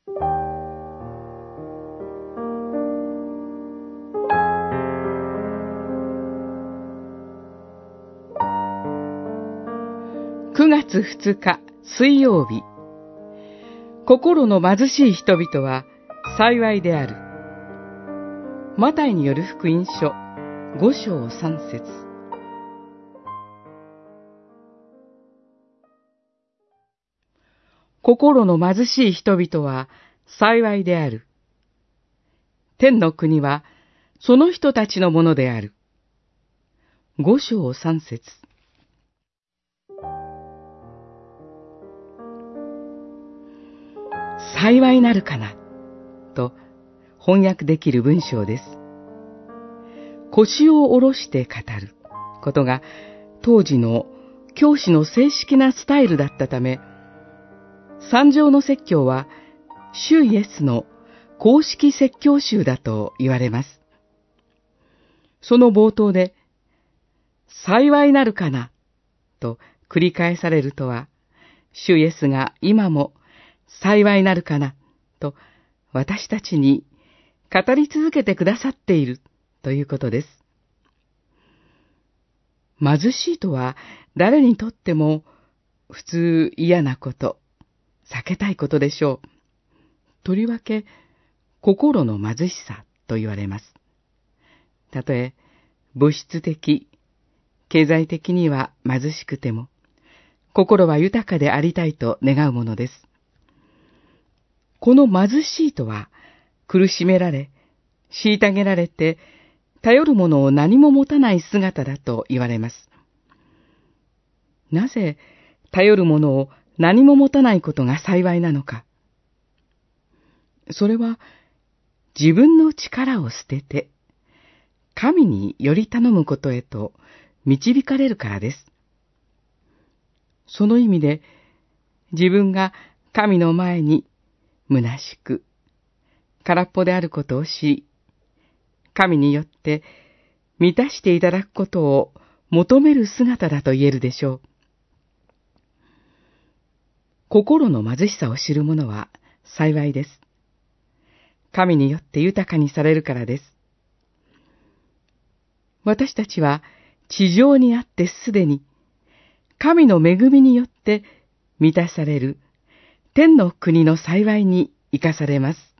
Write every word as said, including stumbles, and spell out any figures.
くがつふつか水曜日。心の貧しい人々は幸いである。マタイによる福音書ご章さん節。心の貧しい人々は幸いである。天の国はその人たちのものである。ご章さん節。幸いなるかなと翻訳できる文章です。腰を下ろして語ることが当時の教師の正式なスタイルだったため、三条の説教は主イエスの公式説教集だと言われます。その冒頭で幸いなるかなと繰り返されるとは、主イエスが今も幸いなるかなと私たちに語り続けてくださっているということです。貧しいとは誰にとっても普通嫌なこと、避けたいことでしょう。とりわけ心の貧しさと言われます。たとえ物質的、経済的には貧しくても、心は豊かでありたいと願うものです。この貧しいとは、苦しめられ、虐げられて、頼るものを何も持たない姿だと言われます。なぜ、頼るものを何も持たないことが幸いなのか。それは、自分の力を捨てて、神により頼むことへと導かれるからです。その意味で、自分が神の前に虚しく、空っぽであることを知り、神によって満たしていただくことを求める姿だと言えるでしょう。心の貧しさを知る者は幸いです。神によって豊かにされるからです。私たちは地上にあってすでに、神の恵みによって満たされる天の国の幸いに生かされます。